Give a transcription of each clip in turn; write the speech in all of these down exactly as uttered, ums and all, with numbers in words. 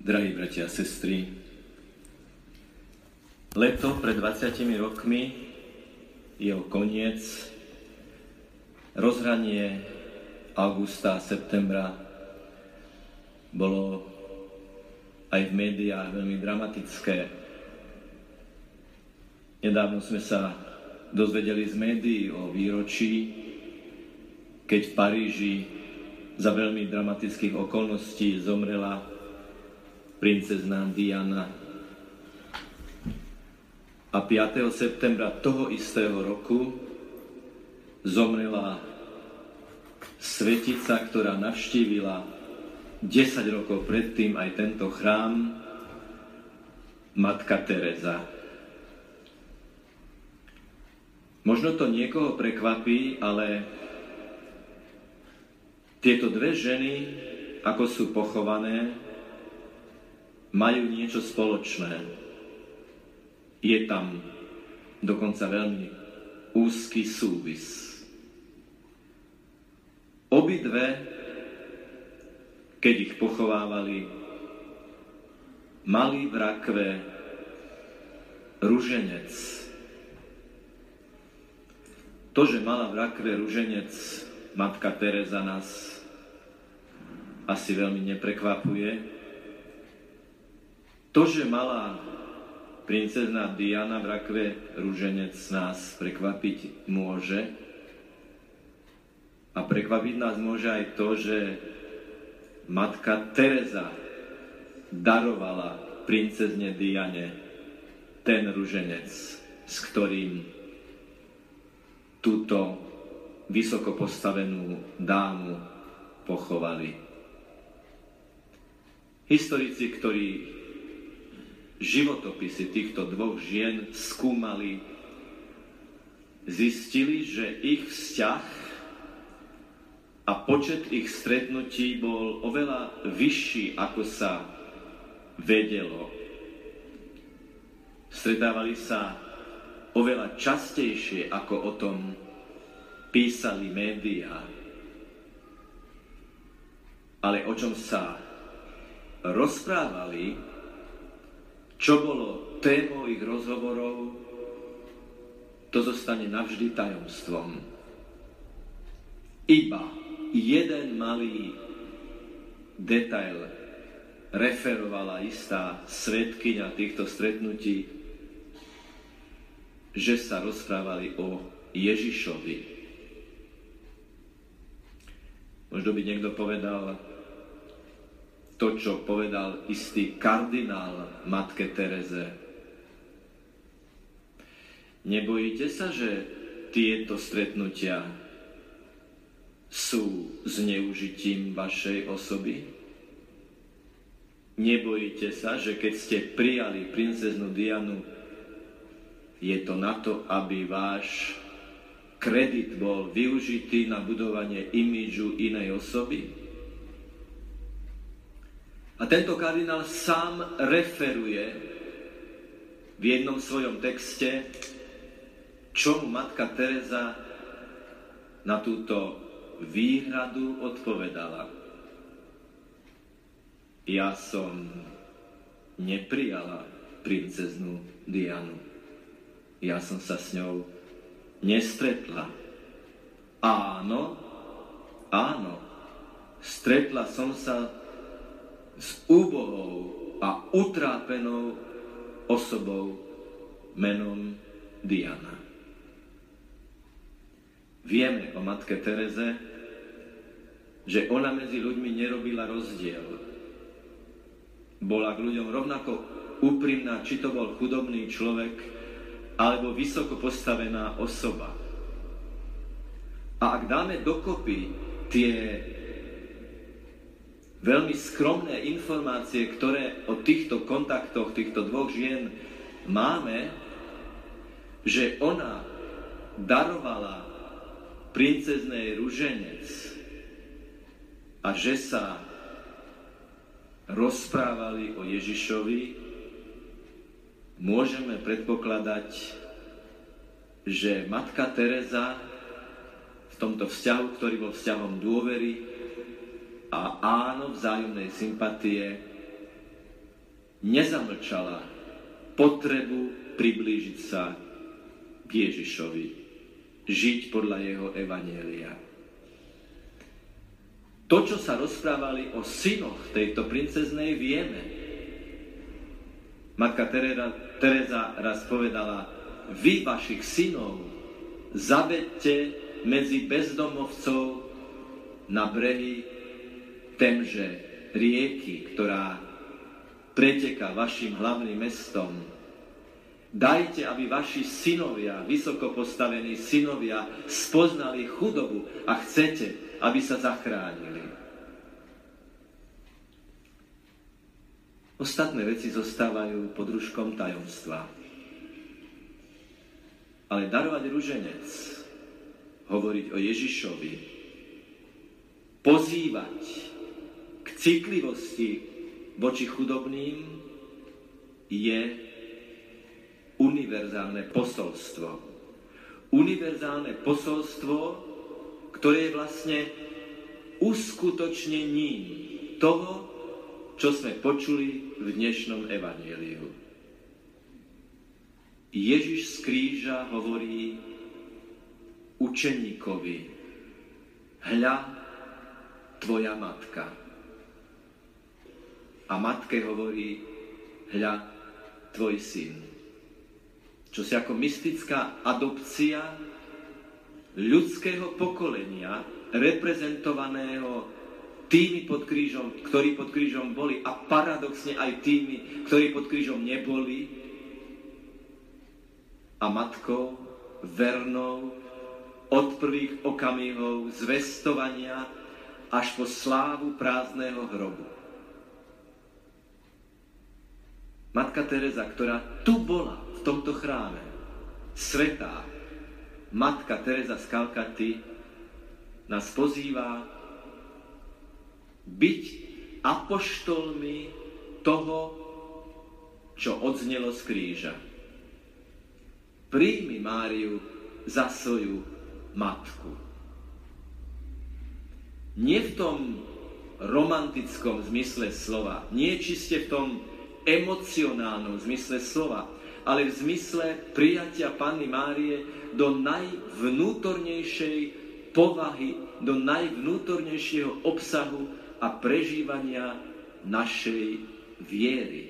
Drahí bratia a sestry, leto pred dvadsiatimi rokmi, jeho koniec, rozhranie augusta a septembra bolo aj v médiách veľmi dramatické. Nedávno sme sa dozvedeli z médií o výročí, keď v Paríži za veľmi dramatických okolností zomrela princezná Diana. A piateho septembra toho istého roku zomrela svetica, ktorá navštívila desať rokov predtým aj tento chrám, Matka Teresa. Možno to niekoho prekvapí, ale tieto dve ženy, ako sú pochované, majú niečo spoločné. Je tam dokonca veľmi úzky súvis. Obidve, keď ich pochovávali, mali v rakve ruženec. To, že mala v rakve ruženec Matka Teresa, nás asi veľmi neprekvapuje. To, že mala princezná Diana v rakve ruženec, nás prekvapiť môže. A prekvapiť nás môže aj to, že Matka Teresa darovala princezne Diane ten ruženec, s ktorým túto vysoko postavenú dámu pochovali. Historici, ktorí životopisy týchto dvoch žien skúmali, zistili, že ich vzťah a počet ich stretnutí bol oveľa vyšší, ako sa vedelo. Stretávali sa oveľa častejšie, ako o tom písali médiá. Ale o čom sa rozprávali, čo bolo témou ich rozhovorov, to zostane navždy tajomstvom. Iba jeden malý detail referovala istá svedkyňa týchto stretnutí, že sa rozprávali o Ježišovi. Možno by niekto povedal, to, čo povedal istý kardinál Matke Tereze. Nebojíte sa, že tieto stretnutia sú zneužitím vašej osoby? Nebojíte sa, že keď ste prijali princeznú Dianu, je to na to, aby váš kredit bol využitý na budovanie imidžu inej osoby? A tento kardinál sám referuje v jednom svojom texte, čo mu Matka Teresa na túto výhradu odpovedala. Ja som neprijala princeznú Dianu. Ja som sa s ňou nestretla. Áno, áno, stretla som sa s úbohou a utrápenou osobou menom Diana. Vieme o Matke Tereze, že ona medzi ľuďmi nerobila rozdiel. Bola k ľuďom rovnako úprimná, či to bol chudobný človek, alebo vysoko postavená osoba. A ak dáme dokopy tie veľmi skromné informácie, ktoré o týchto kontaktoch týchto dvoch žien máme, že ona darovala princeznej ruženec a že sa rozprávali o Ježišovi, môžeme predpokladať, že Matka Teresa v tomto vzťahu, ktorý bol vzťahom dôvery a áno, vzájomnej sympatie, nezamlčala potrebu priblížiť sa k Ježišovi, žiť podľa jeho evanjelia. To, čo sa rozprávali o synoch tejto princeznej, vieme. Matka Tereza raz povedala: vy vašich synov zavedte medzi bezdomovcov na brehy temže rieky, ktorá preteká vašim hlavným mestom. Dajte, aby vaši synovia, vysoko postavení synovia, spoznali chudobu a chcete, aby sa zachránili. Ostatné veci zostávajú pod rúškom tajomstva. Ale darovať ruženec, hovoriť o Ježišovi, pozývať k citlivosti voči chudobným je univerzálne posolstvo. Univerzálne posolstvo, ktoré je vlastne uskutočnením toho, čo sme počuli v dnešnom evanjeliu. Ježiš z kríža hovorí učeníkovi: hľa, tvoja matka. A matke hovorí: hľa, tvoj syn. Čo si ako mystická adopcia ľudského pokolenia, reprezentovaného tými pod krížom, ktorí pod krížom boli, a paradoxne aj tými, ktorí pod krížom neboli, a matkou vernou od prvých okamihov zvestovania až po slávu prázdneho hrobu. Matka Tereza, ktorá tu bola v tomto chráme, svätá Matka Tereza z Kalkaty, nás pozýva byť apoštolmi toho, čo odznelo z kríža. Príjmi Máriu za svoju matku. Nie v tom romantickom zmysle slova, nie čiste v tom emocionálnom zmysle slova, ale v zmysle prijatia Panny Márie do najvnútornejšej povahy, do najvnútornejšieho obsahu a prežívania našej viery.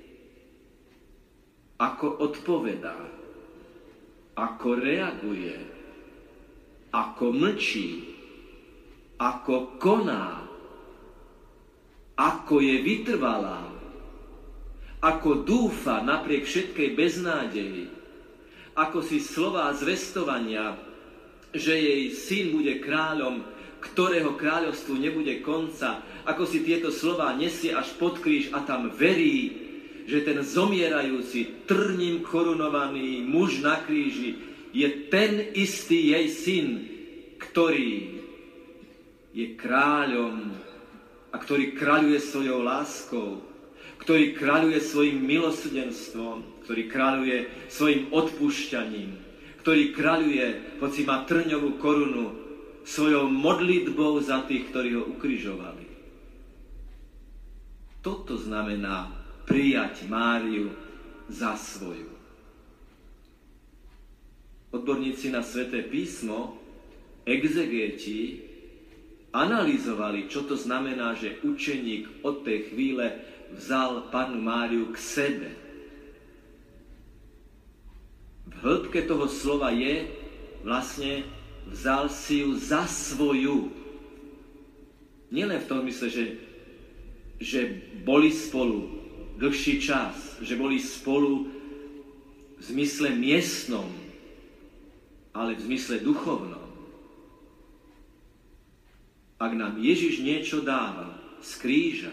Ako odpovedá, ako reaguje, ako mlčí, ako koná, ako je vytrvalá, ako dúfa napriek všetkej beznádeji, ako si slová zvestovania, že jej syn bude kráľom, ktorého kráľovstvu nebude konca, ako si tieto slová nesie až pod kríž a tam verí, že ten zomierajúci, trním korunovaný muž na kríži je ten istý jej syn, ktorý je kráľom a ktorý kráľuje svojou láskou, ktorý kráľuje svojim milosrdenstvom, ktorý kráľuje svojim odpúšťaním, ktorý kráľuje, hoci má trňovú korunu, svojou modlitbou za tých, ktorí ho ukrižovali. Toto znamená prijať Máriu za svoju. Odborníci na Sväté písmo, exegéti, analyzovali, čo to znamená, že učeník od tej chvíle vzal Pannu Máriu k sebe. V hĺbke toho slova je vlastne vzal si ju za svoju. Nielen v tom mysle, že, že boli spolu dlhší čas, že boli spolu v zmysle miestnom, ale v zmysle duchovnom. Ak nám Ježiš niečo dáva z kríža,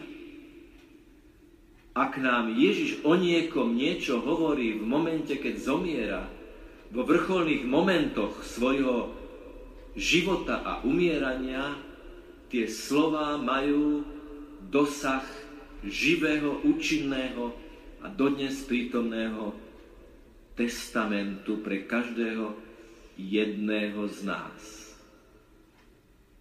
ak nám Ježiš o niekom niečo hovorí v momente, keď zomiera, vo vrcholných momentoch svojho života a umierania, tie slová majú dosah živého, účinného a dodnes prítomného testamentu pre každého jedného z nás.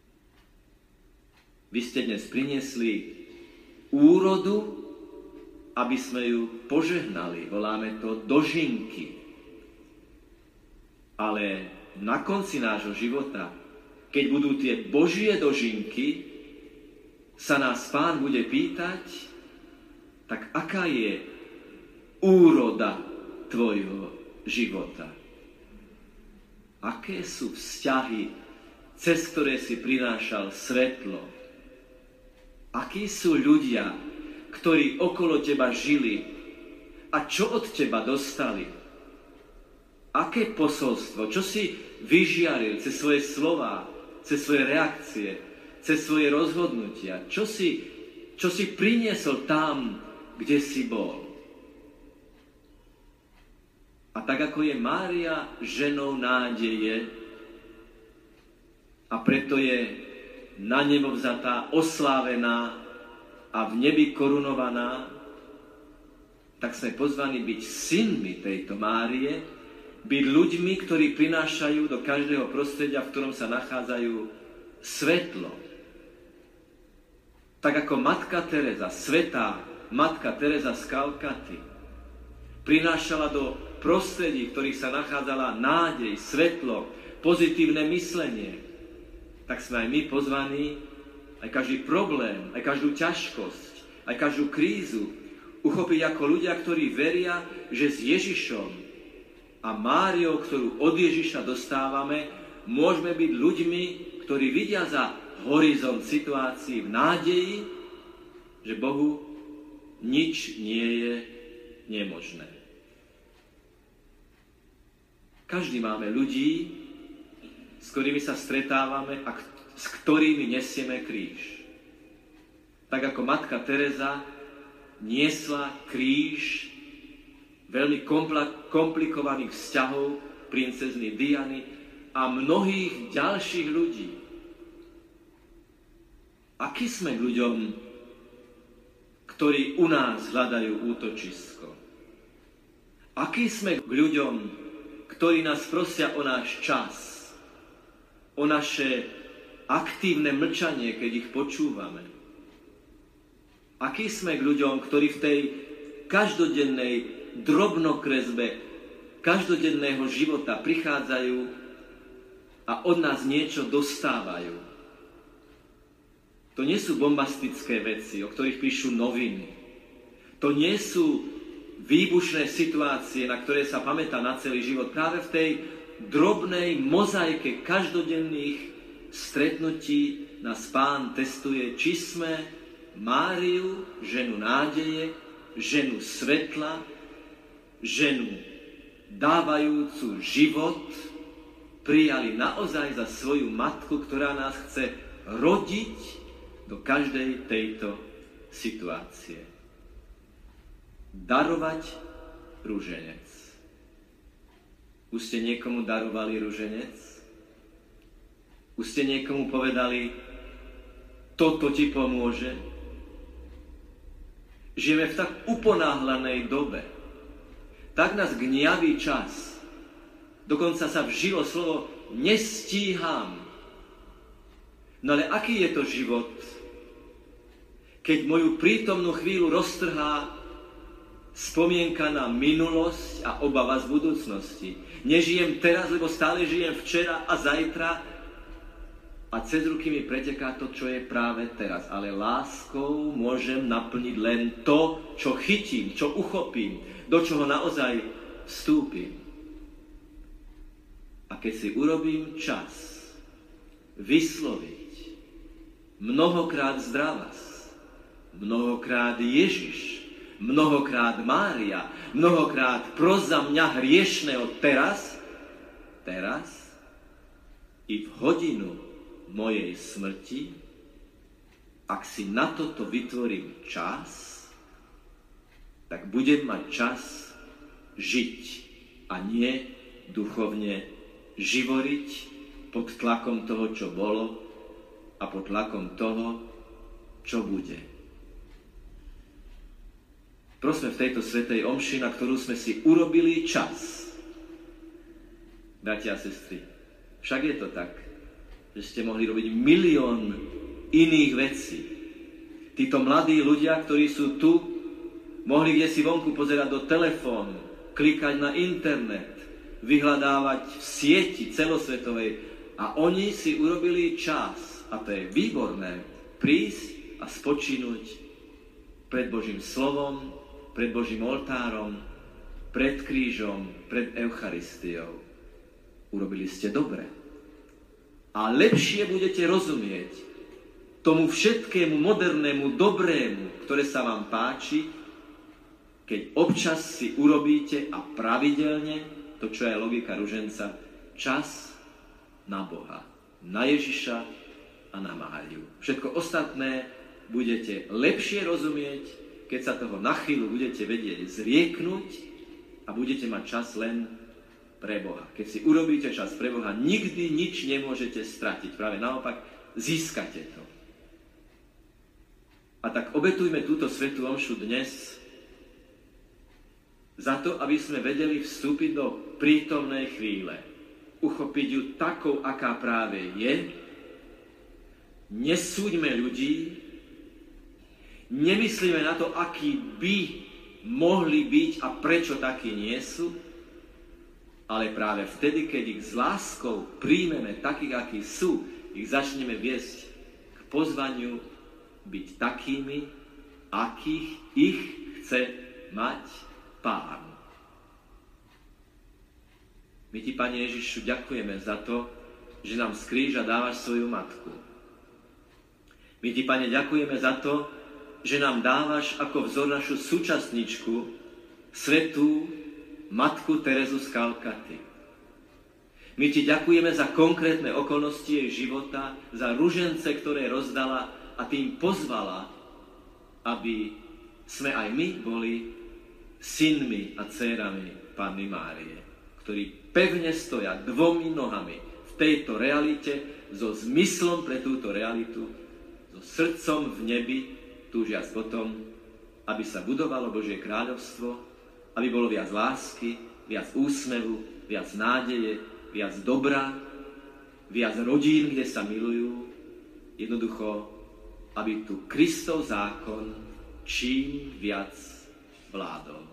Vy ste dnes priniesli úrodu aby sme ju požehnali. Voláme to dožinky. Ale na konci nášho života, keď budú tie Božie dožinky, sa nás Pán bude pýtať, tak aká je úroda tvojho života? Aké sú vzťahy, cez ktoré si prinášal svetlo? Akí sú ľudia, ktorí okolo teba žili a čo od teba dostali? Aké posolstvo, čo si vyžiaril cez svoje slová, cez svoje reakcie, cez svoje rozhodnutia, čo si, čo si priniesol tam, kde si bol. A tak ako je Mária ženou nádeje a preto je na nebo vzatá, oslávená a v nebi korunovaná, tak sme pozvaní byť synmi tejto Márie, byť ľuďmi, ktorí prinášajú do každého prostredia, v ktorom sa nachádzajú, svetlo. Tak ako matka Teresa, svätá matka Teresa z Kalkaty, prinášala do prostredí, v ktorých sa nachádzala nádej, svetlo, pozitívne myslenie, tak sme aj my pozvaní aj každý problém, aj každú ťažkosť, aj každú krízu uchopiť ako ľudia, ktorí veria, že s Ježišom a Máriou, ktorú od Ježiša dostávame, môžeme byť ľuďmi, ktorí vidia za horizont situácií v nádeji, že Bohu nič nie je nemožné. Každý máme ľudí, s ktorými sa stretávame a s ktorými nesieme kríž. Tak ako matka Teresa niesla kríž veľmi komplikovaných vzťahov princezny Diany a mnohých ďalších ľudí. Aký sme k ľuďom, ktorí u nás hľadajú útočisko? Aký sme k ľuďom, ktorí nás prosia o náš čas, o naše aktívne mlčanie, keď ich počúvame? Aký sme k ľuďom, ktorí v tej každodennej drobnokresbe každodenného života prichádzajú a od nás niečo dostávajú? To nie sú bombastické veci, o ktorých píšu noviny. To nie sú výbušné situácie, na ktoré sa pamätá na celý život. Práve v tej drobnej mozaike každodenných stretnutí nás Pán testuje, či sme Máriu, ženu nádeje, ženu svetla, ženu dávajúcu život, prijali naozaj za svoju matku, ktorá nás chce rodiť do každej tejto situácie. Darovať ruženec. Už ste niekomu darovali ruženec? Už ste niekomu povedali, toto ti pomôže? Žijeme v tak uponáhlanej dobe. Tak nás gniaví čas. Dokonca sa vžilo slovo nestíham. No ale aký je to život, keď moju prítomnú chvíľu roztrhá spomienka na minulosť a obava z budúcnosti? Nežijem teraz, lebo stále žijem včera a zajtra a cez ruky mi preteká to, čo je práve teraz. Ale láskou môžem naplniť len to, čo chytím, čo uchopím, do čoho naozaj vstúpim. A keď si urobím čas vysloviť mnohokrát zdravás, mnohokrát Ježiš, mnohokrát Mária, mnohokrát pros za mňa hriešného teraz, teraz i v hodinu mojej smrti, ak si na toto vytvorím čas, tak budem mať čas žiť a nie duchovne živoriť pod tlakom toho, čo bolo a pod tlakom toho, čo bude. Prosme v tejto svätej omši, na ktorú sme si urobili čas. Bratia a sestry, však je to tak, že ste mohli robiť milión iných vecí. Títo mladí ľudia, ktorí sú tu, Mohli kde si vonku pozerať do telefónu, klikať na internet, vyhľadávať v sieti celosvetovej. A oni si urobili čas, a to je výborné, prísť a spočinúť pred Božím slovom, pred Božím oltárom, pred krížom, pred Eucharistiou. Urobili ste dobre. A lepšie budete rozumieť tomu všetkému modernému, dobrému, ktoré sa vám páči, keď občas si urobíte a pravidelne, to čo je logika ruženca, čas na Boha, na Ježiša a na Máriu. Všetko ostatné budete lepšie rozumieť, keď sa toho na chvíľu budete vedieť zrieknúť a budete mať čas len pre Boha. Keď si urobíte čas pre Boha, nikdy nič nemôžete stratiť. Práve naopak, získate to. A tak obetujme túto svätú omšu dnes za to, aby sme vedeli vstúpiť do prítomnej chvíle. Uchopiť ju takou, aká práve je. Nesúďme ľudí. Nemyslíme na to, akí by mohli byť a prečo takí nie sú. Ale práve vtedy, keď ich s láskou príjmeme takých, akí sú, ich začneme viesť k pozvaniu byť takými, akých ich chce mať Pán. My ti, Pane Ježišu, ďakujeme za to, že nám z kríža dávaš svoju matku. My ti, Pane, ďakujeme za to, že nám dávaš ako vzor našu súčasničku, svätú matku Terezu z Kalkaty. My ti ďakujeme za konkrétne okolnosti jej života, za ružence, ktoré rozdala a tým pozvala, aby sme aj my boli synmi a dcérami Panny Márie, ktorí pevne stoja dvomi nohami v tejto realite, so zmyslom pre túto realitu, so srdcom v nebi, túžiac potom, aby sa budovalo Božie kráľovstvo, aby bolo viac lásky, viac úsmevu, viac nádeje, viac dobra, viac rodín, kde sa milujú. Jednoducho, aby tu Kristov zákon čím viac vládol.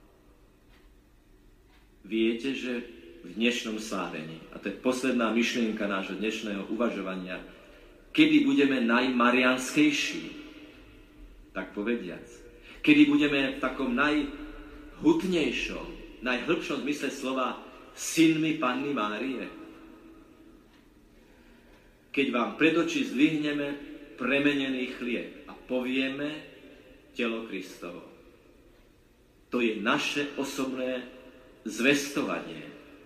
Viete, že v dnešnom slávení, a to je posledná myšlienka nášho dnešného uvažovania, kedy budeme najmariánskejší, tak povediac, kedy budeme v takom najhutnejšom, najhlbšom zmysle slova synmi Panny Márie. Keď vám pred oči zdvihneme premenený chlieb a povieme telo Kristovo. To je naše osobné zvestovanie.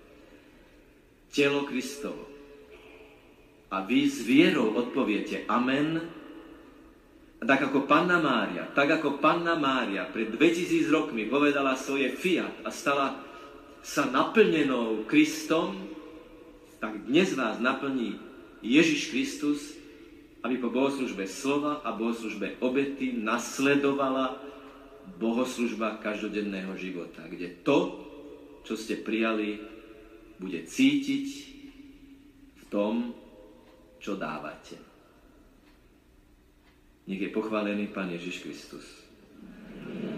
Telo Kristovo. A vy s vierou odpoviete amen. A tak ako Panna Mária, tak ako Panna Mária pred dvetisíc rokmi povedala svoje fiat a stala sa naplnenou Kristom, tak dnes vás naplní Ježiš Kristus, aby po bohoslužbe slova a bohoslužbe obety nasledovala bohoslužba každodenného života, kde to, čo ste prijali, bude cítiť v tom, čo dávate. Nech je pochválený Pán Ježiš Kristus.